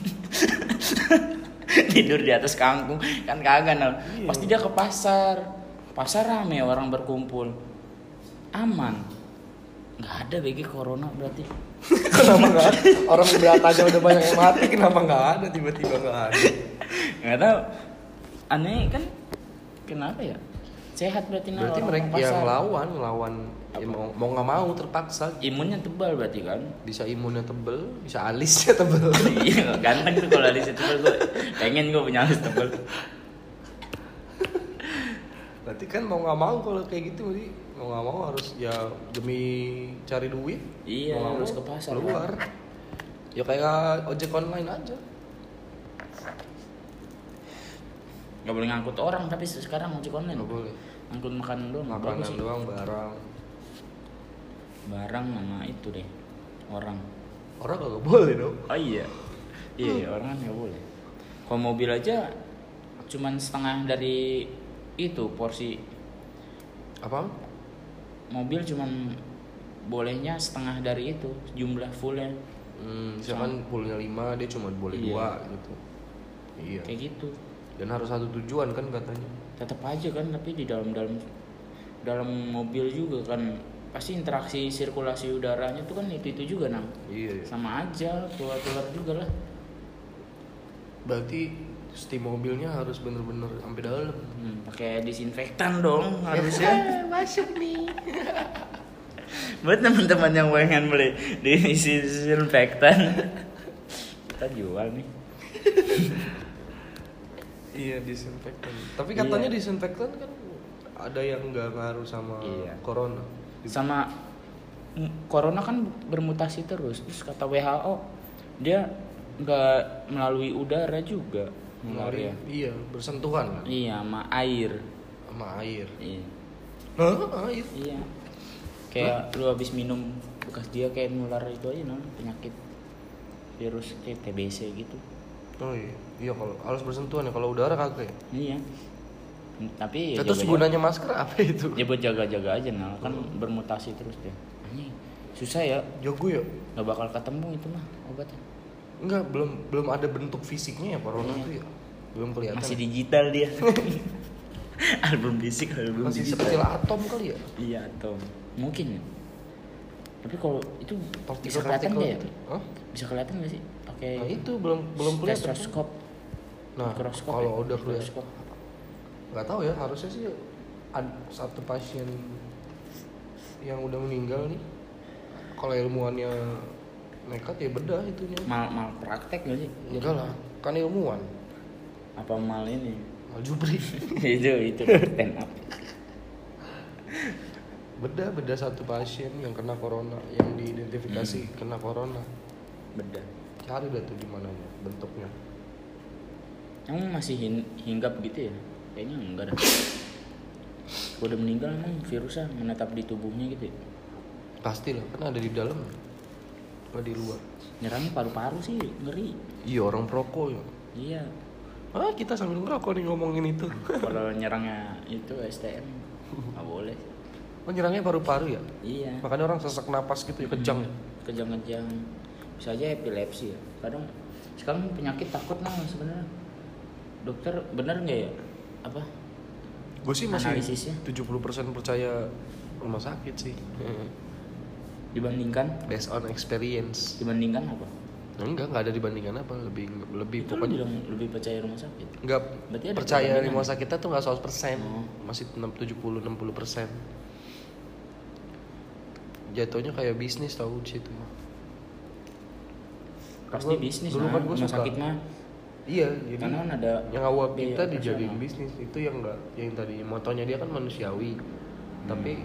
Speaker 2: Tidur di atas kangkung kan kagak
Speaker 1: Iya.
Speaker 2: Pasti dia ke pasar. Pasar rame orang berkumpul. Aman. Nggak ada BG corona berarti.
Speaker 1: Kenapa nggak ada? Orang berat aja udah banyak yang mati, kenapa nggak ada tiba-tiba nggak ada?
Speaker 2: Nggak tahu. Aneh kan? Kenapa ya? Sehat berarti
Speaker 1: Berarti mereka yang ngelawan ya mau nggak mau terpaksa.
Speaker 2: Imunnya tebal berarti kan?
Speaker 1: Bisa imunnya tebel, bisa alisnya tebel.
Speaker 2: Iya ganteng tuh kalau alisnya tebal. Gue pengen gue punya alis tebal.
Speaker 1: Berarti kan mau nggak mau kalau kayak gitu berarti mau nggak mau harus ya demi cari duit.
Speaker 2: Iya
Speaker 1: mau
Speaker 2: harus ke pasar
Speaker 1: keluar.
Speaker 2: Kan?
Speaker 1: Ya kayak ojek online aja.
Speaker 2: Gak boleh ngangkut orang tapi sekarang ojek online.
Speaker 1: Nggak boleh.
Speaker 2: Ngangkut makanan doang.
Speaker 1: Makanan doang,
Speaker 2: barang sama itu deh orang.
Speaker 1: Orang nggak boleh dong.
Speaker 2: Oh iya. Iya orang kan nggak boleh. Kalau mobil aja cuman setengah dari itu porsi.
Speaker 1: Apa?
Speaker 2: Mobil cuman bolehnya setengah dari itu jumlah fullnya.
Speaker 1: Misalkan fullnya 5 dia cuma boleh 2 gitu. Iya.
Speaker 2: Kayak gitu.
Speaker 1: Dan harus satu tujuan kan katanya.
Speaker 2: Tetap aja kan tapi di dalam mobil juga kan pasti interaksi sirkulasi udaranya tuh kan itu juga
Speaker 1: Iya.
Speaker 2: sama aja keluar juga lah.
Speaker 1: Berarti steam mobilnya harus bener-bener sampai dalam.
Speaker 2: Pakai disinfektan dong harusnya.
Speaker 1: Masuk nih.
Speaker 2: Buat teman-teman yang pengen beli disinfektan kita jual nih.
Speaker 1: Iya disinfektan. Tapi katanya disinfektan kan ada yang nggak ngaruh sama corona.
Speaker 2: Sama corona kan bermutasi terus. Terus kata WHO dia nggak melalui udara juga.
Speaker 1: Iya bersentuhan lah.
Speaker 2: Iya sama air.
Speaker 1: Sama air.
Speaker 2: Iya.
Speaker 1: Hah, air?
Speaker 2: Iya. Kayak lu habis minum bekas dia kayak nular itu aja penyakit virus kayak TBC gitu.
Speaker 1: Oh iya, iya kalau harus bersentuhan ya, kalau udara kagak ya.
Speaker 2: Iya. Tapi ya
Speaker 1: Terus gunanya masker apa itu?
Speaker 2: Ya buat jaga-jaga aja kan bermutasi terus deh. Anjing, susah ya.
Speaker 1: Jago ya.
Speaker 2: Nggak bakal ketemu itu mah obatnya.
Speaker 1: Enggak, belum ada bentuk fisiknya ya corona tuh ya. Belum kelihatan.
Speaker 2: Masih digital dia. Album fisik, album
Speaker 1: masih
Speaker 2: digital.
Speaker 1: sekecil atom kali ya?
Speaker 2: Iya, atom. Mungkin ya. Tapi kalau itu bisa
Speaker 1: Partikel-partikel
Speaker 2: kelihatan nggak ya?
Speaker 1: itu. Hah?
Speaker 2: Bisa kelihatan nggak sih? Pakai
Speaker 1: Nah itu belum kelihatan.
Speaker 2: stetoskop.
Speaker 1: Nah
Speaker 2: Mikroskop
Speaker 1: kalau
Speaker 2: ya?
Speaker 1: udah kelihatan,
Speaker 2: Mikroskop.
Speaker 1: nggak tahu ya, harusnya sih ada satu pasien yang udah meninggal nih. Kalau ilmuwannya nekat ya bedah itunya.
Speaker 2: Mal praktek nggak sih?
Speaker 1: Enggak lah, kan ilmuwan.
Speaker 2: Apa mal ini?
Speaker 1: Mal jubri.
Speaker 2: itu stand up.
Speaker 1: Beda satu pasien yang kena corona, yang diidentifikasi kena corona.
Speaker 2: Beda.
Speaker 1: Cari dah tuh gimana ya bentuknya.
Speaker 2: Emang masih hinggap gitu ya? Kayaknya enggak dah. Kalau udah meninggal emang virusnya menetap di tubuhnya gitu ya?
Speaker 1: Pasti lah, kan ada di dalam, nggak di luar.
Speaker 2: Nyerangnya paru-paru sih, ngeri.
Speaker 1: Iya orang perokok ya.
Speaker 2: Iya.
Speaker 1: Ah kita sambil ngerokok nih ngomongin itu.
Speaker 2: Kalau nyerangnya itu STM nggak boleh.
Speaker 1: Oh nyerangnya paru-paru ya?
Speaker 2: Iya.
Speaker 1: Makanya orang sesak napas gitu ya, kejang ya.
Speaker 2: Kejang-kejang. Bisa aja epilepsi ya. Kadang sekarang penyakit takut sebenarnya. Dokter bener nggak ya? Apa?
Speaker 1: Gue sih masih
Speaker 2: Analisisnya?
Speaker 1: 70% percaya rumah sakit sih.
Speaker 2: Dibandingkan
Speaker 1: Based on experience.
Speaker 2: apa?
Speaker 1: Nggak ada dibandingkan apa, lebih
Speaker 2: Itu
Speaker 1: pokoknya
Speaker 2: bilang lebih percaya rumah sakit.
Speaker 1: nggak
Speaker 2: Berarti ada
Speaker 1: percaya
Speaker 2: perbandingan.
Speaker 1: rumah sakit kita tuh nggak 100%,
Speaker 2: Oh.
Speaker 1: masih 70-60%. Jatuhnya kayak bisnis tau di situ.
Speaker 2: Pasti bisnis
Speaker 1: dulu kan gue
Speaker 2: rumah
Speaker 1: suka.
Speaker 2: sakit mah.
Speaker 1: Iya, jadi
Speaker 2: Karena kan ada
Speaker 1: yang awal
Speaker 2: biaya
Speaker 1: kita dijadiin
Speaker 2: operasional.
Speaker 1: bisnis itu yang enggak, yang tadi motonya dia kan manusiawi, tapi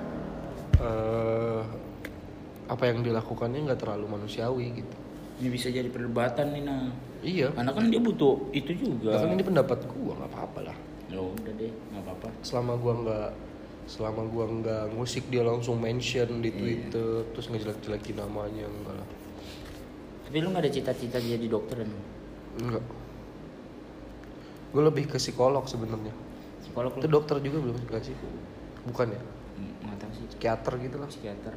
Speaker 1: apa yang dilakukannya nggak terlalu manusiawi gitu.
Speaker 2: Ini bisa jadi perdebatan nih
Speaker 1: Iya.
Speaker 2: Karena kan dia butuh itu juga.
Speaker 1: Bahkan ini pendapat gua, nggak apa-apa lah.
Speaker 2: Ya udah deh, nggak apa-apa.
Speaker 1: Selama gua nggak ngusik dia langsung mention di Twitter, terus ngejelek-jelekin namanya, enggak lah.
Speaker 2: Tapi lu nggak ada cita-cita jadi dokter kan?
Speaker 1: Enggak. Gue lebih ke psikolog sebenarnya.
Speaker 2: Psikolog
Speaker 1: Itu dokter juga belum enggak sih? Bukan ya?
Speaker 2: nggak tahu sih.
Speaker 1: Psikiater gitu lah.
Speaker 2: Psikiater.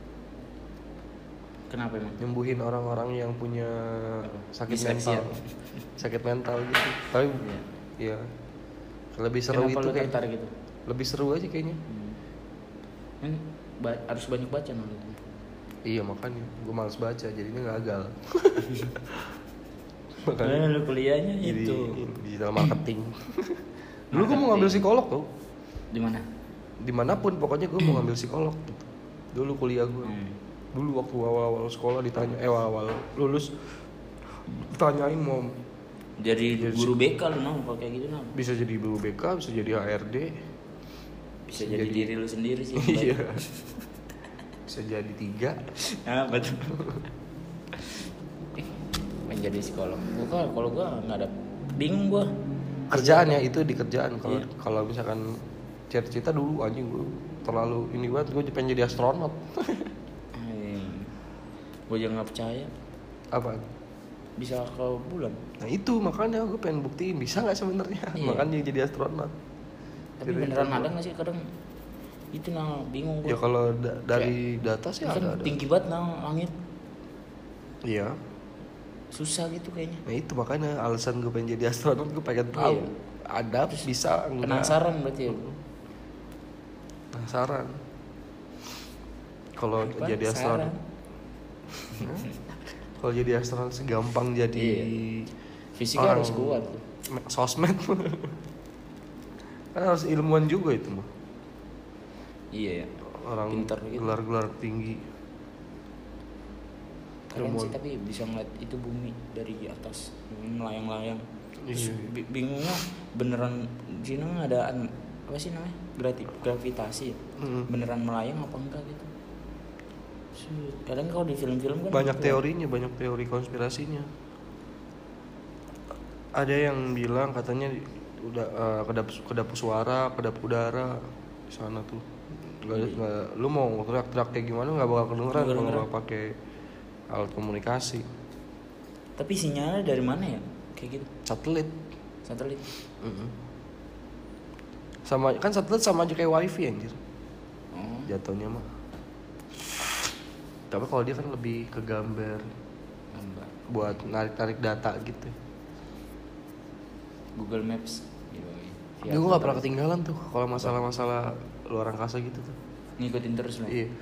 Speaker 2: Kenapa emang?
Speaker 1: Nyembuhin orang-orang yang punya sakit
Speaker 2: Disleksia.
Speaker 1: mental. Sakit mental gitu. Tapi iya. Lebih seru
Speaker 2: Kenapa
Speaker 1: itu
Speaker 2: lu
Speaker 1: kayak.
Speaker 2: tertarik gitu?
Speaker 1: Lebih seru aja kayaknya.
Speaker 2: Kan harus banyak baca itu.
Speaker 1: Iya makanya gue males baca jadinya gagal.
Speaker 2: Makanya lu kuliahnya
Speaker 1: Jadi
Speaker 2: itu.
Speaker 1: digital marketing. Dulu gue mau ngambil psikolog tuh.
Speaker 2: Di mana?
Speaker 1: Dimanapun pokoknya gue mau ngambil psikolog gitu. Dulu kuliah gue. Dulu waktu awal-awal sekolah ditanya, awal lulus ditanyain mau
Speaker 2: Jadi guru BK lu kalau kayak gitu
Speaker 1: bisa jadi guru BK, bisa jadi HRD,
Speaker 2: bisa jadi diri lu sendiri sih.
Speaker 1: iya, bisa jadi 3.
Speaker 2: Apa tuh? Menjadi psikolog. Kalau gua nggak ada, bingung gua.
Speaker 1: Kerjaan ya itu di kerjaan. Kalau misalkan cita-cita dulu anjing gue terlalu ini banget, gue pengen jadi astronot.
Speaker 2: Gue juga nggak percaya
Speaker 1: Apa?
Speaker 2: bisa ke bulan.
Speaker 1: Nah itu makanya gue pengen buktiin bisa nggak sebenarnya.
Speaker 2: Iya.
Speaker 1: Makanya jadi astronot.
Speaker 2: Tapi beneran ada nggak sih kadang itu bingung gua.
Speaker 1: Ya kalau dari data sih
Speaker 2: kan
Speaker 1: ada.
Speaker 2: tinggi banget langit.
Speaker 1: Iya.
Speaker 2: Susah gitu kayaknya.
Speaker 1: Nah itu makanya alasan gue pengen jadi astronot, gue pengen tahu ada bisa enggak.
Speaker 2: Penasaran berarti ya.
Speaker 1: Penasaran. Kalau jadi astronot. Kalau jadi astronot segampang jadi
Speaker 2: Fisiknya harus kuat.
Speaker 1: Sosmed. Kan harus ilmuwan juga itu mah.
Speaker 2: Iya ya.
Speaker 1: Orang
Speaker 2: pintar gitu.
Speaker 1: gelar-gelar tinggi.
Speaker 2: Keren sih tapi bisa ngeliat itu bumi dari atas melayang-layang.
Speaker 1: Iya.
Speaker 2: Bingungnya beneran di sini ada apa sih namanya gravitasi ya? Beneran melayang apa enggak gitu? Kadang kalau di film-film kan
Speaker 1: banyak teorinya, banyak teori konspirasinya. Ada yang bilang katanya udah kedap suara, kedap udara di sana tuh. Lu mau teriak-teriak kayak gimana nggak bakal kedengeran kalau nggak pakai alat komunikasi.
Speaker 2: Tapi sinyalnya dari mana ya kayak gitu?
Speaker 1: Satelit. Sama kan satelit sama aja kayak wifi anjir. Jatuhnya mah. Tapi kalau dia kan lebih ke gambar. Buat narik data gitu.
Speaker 2: Google Maps.
Speaker 1: Gue nggak pernah ketinggalan tuh kalau masalah luar angkasa gitu tuh.
Speaker 2: Ngikutin terus lah.
Speaker 1: Iya.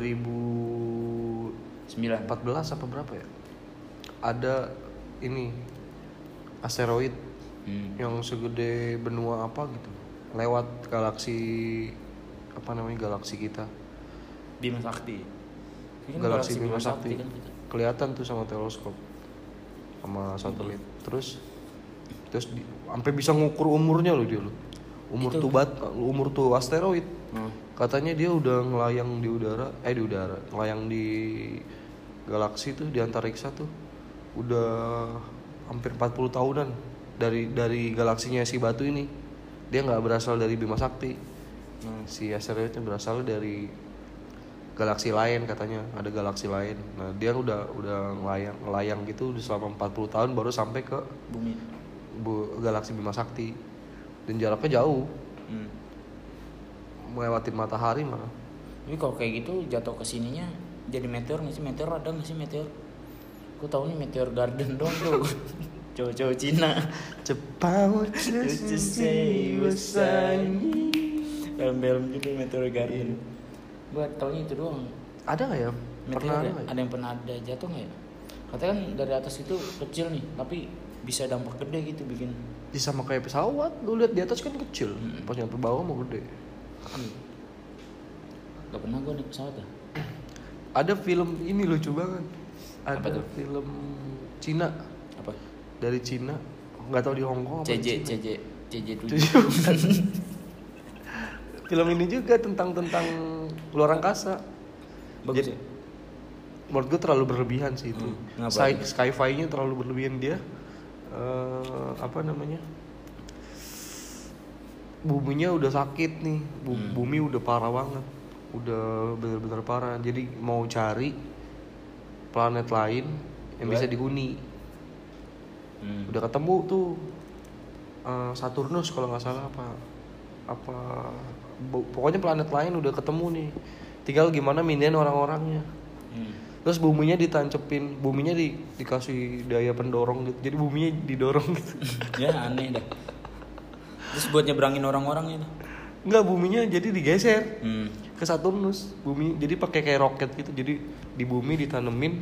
Speaker 1: 2014 apa berapa ya? Ada ini asteroid yang segede benua apa gitu lewat galaksi apa namanya galaksi kita.
Speaker 2: Bima Sakti.
Speaker 1: Galaksi Bima Sakti.
Speaker 2: Kan,
Speaker 1: kelihatan tuh sama teleskop sama satelit. Terus sampai bisa ngukur umurnya loh dia loh. Umur tuh asteroid. Katanya dia udah ngelayang di udara, ngelayang di galaksi tuh di antariksa tuh udah hampir 40 tahunan dari galaksinya si batu ini. Dia nggak berasal dari Bima Sakti. Si asteroidnya berasal dari galaksi lain katanya, ada galaksi lain. Nah, dia udah ngelayang gitu selama 40 tahun baru sampai ke
Speaker 2: bumi.
Speaker 1: Galaksi Bima Sakti. Dan jaraknya jauh. Melewatin matahari malah.
Speaker 2: Tapi kalau kayak gitu jatuh ke sininya jadi meteor nggak sih? Meteor ada nggak sih meteor? Aku tahu nih Meteor Garden dong tuh. Cowok-cowok Cina.
Speaker 1: Cepat to say
Speaker 2: film-film gitu Meteor Garden. Gua taunya itu doang.
Speaker 1: Ada nggak ya?
Speaker 2: Pernah ada yang pernah ada jatuh nggak ya? Katanya kan dari atas itu kecil nih, tapi bisa dampak gede gitu bikin.
Speaker 1: Ya sama kayak pesawat, lu lihat di atas kan kecil, pas nyampe bawah mau gede.
Speaker 2: Gak pernah gue naik pesawat ya?
Speaker 1: Ada film ini lucu banget. Ada film Cina.
Speaker 2: Apa?
Speaker 1: Dari Cina, nggak tahu di Hong Kong apa
Speaker 2: CJ 7.
Speaker 1: Film ini juga tentang luar angkasa.
Speaker 2: Bagus. Jadi,
Speaker 1: menurut gue terlalu berlebihan sih itu. Sci-fi-nya terlalu berlebihan dia. Apa namanya? Buminya udah sakit nih. Bumi udah parah banget. Udah benar-benar parah. Jadi mau cari planet lain yang bisa dihuni. Udah ketemu tuh Saturnus kalau nggak salah apa pokoknya planet lain udah ketemu nih. Tinggal gimana mindahin orang-orangnya. Terus buminya dikasih daya pendorong gitu. Jadi buminya didorong gitu.
Speaker 2: Ya aneh dah. Terus buat nyebrangin orang-orang itu.
Speaker 1: Enggak, buminya jadi digeser ke Saturnus. Bumi jadi pakai kayak roket gitu. Jadi di bumi ditanemin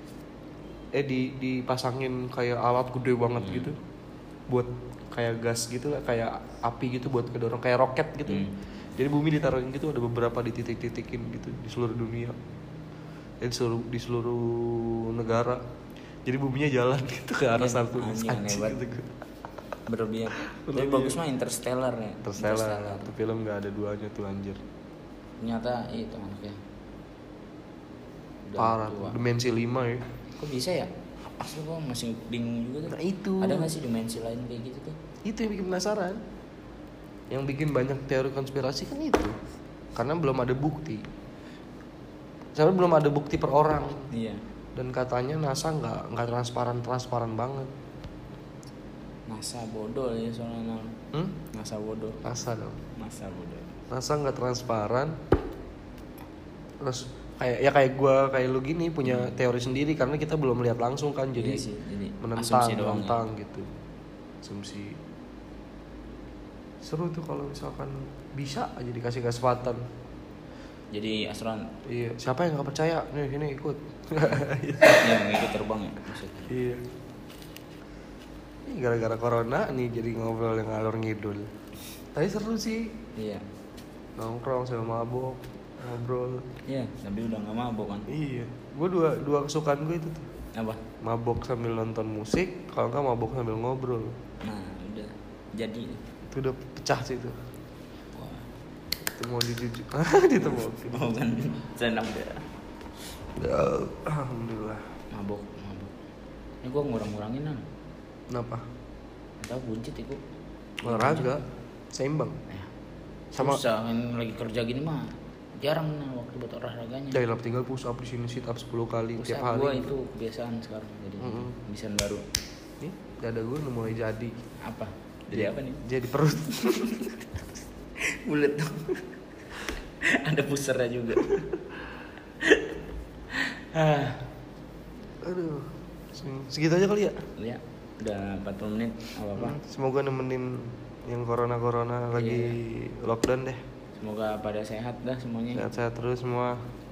Speaker 1: dipasangin kayak alat gede banget gitu. Buat kayak gas gitu, kayak api gitu buat kedorong kayak roket gitu. Jadi bumi ditaruhin gitu, ada beberapa dititik-titikin gitu di seluruh dunia. Di seluruh negara. Jadi buminya jalan gitu ke arah Saturnus.
Speaker 2: Anjing gitu. Berlebihan. Tapi bagus mah Interstellar ya.
Speaker 1: Interstellar. Itu film nggak ada duanya tuh anjir.
Speaker 2: Ternyata itu anaknya.
Speaker 1: Parah. Dimensi 5 ya.
Speaker 2: Kok bisa ya? Asli gua masih bingung juga tuh.
Speaker 1: Nah itu.
Speaker 2: Ada nggak sih dimensi lain kayak gitu tuh?
Speaker 1: Itu yang bikin penasaran. Yang bikin banyak teori konspirasi kan itu. Karena belum ada bukti. Sebenarnya belum ada bukti per orang.
Speaker 2: Iya.
Speaker 1: Dan katanya NASA nggak transparan banget.
Speaker 2: NASA bodoh ya soalnya. NASA bodoh.
Speaker 1: NASA dong.
Speaker 2: NASA bodoh.
Speaker 1: NASA nggak transparan. Terus kayak lu gini punya teori sendiri karena kita belum lihat langsung kan, jadi,
Speaker 2: iya sih, jadi
Speaker 1: menentang gitu. Asumsi. Seru tuh kalau misalkan bisa aja dikasih kesempatan.
Speaker 2: Jadi astronot.
Speaker 1: Iya. Siapa yang nggak percaya? Nih sini ikut.
Speaker 2: Iya, ikut terbang ya maksudnya.
Speaker 1: Iya. Ini gara-gara corona nih jadi ngobrol yang ngalor ngidul. Tapi seru sih.
Speaker 2: Iya.
Speaker 1: Nongkrong sama mabok, ngobrol.
Speaker 2: Iya, tapi udah nggak mabok kan?
Speaker 1: Iya. Gue dua kesukaan gue itu tuh.
Speaker 2: Apa?
Speaker 1: Mabok sambil nonton musik, kalau nggak mabok sambil ngobrol.
Speaker 2: Nah, udah jadi.
Speaker 1: Itu udah pecah sih itu.
Speaker 2: Wah.
Speaker 1: Itu mau dijujuk. Ditemukan.
Speaker 2: Oh kan, senang deh.
Speaker 1: Alhamdulillah.
Speaker 2: Mabok. Ini gue ngurang-ngurangin kan?
Speaker 1: Kenapa?
Speaker 2: Tahu buncit itu.
Speaker 1: Olahraga, seimbang.
Speaker 2: Ya.
Speaker 1: Sama.
Speaker 2: Susah kan lagi kerja gini mah. jarang nah waktu buat olahraganya.
Speaker 1: Dari lap tinggal push up di sini, sit up 10 kali
Speaker 2: Push
Speaker 1: tiap
Speaker 2: up
Speaker 1: hari.
Speaker 2: gua itu kebiasaan sekarang jadi kebiasaan baru.
Speaker 1: Nih, dada gue udah mulai jadi.
Speaker 2: Apa? Jadi apa nih?
Speaker 1: Jadi perut.
Speaker 2: Bulet tuh. Ada pusernya juga.
Speaker 1: Aduh. Segitu aja kali ya.
Speaker 2: Ya, udah 40 menit apa-apa.
Speaker 1: Semoga nemenin yang corona lagi lockdown deh.
Speaker 2: Semoga pada sehat dah semuanya.
Speaker 1: Sehat-sehat terus semua.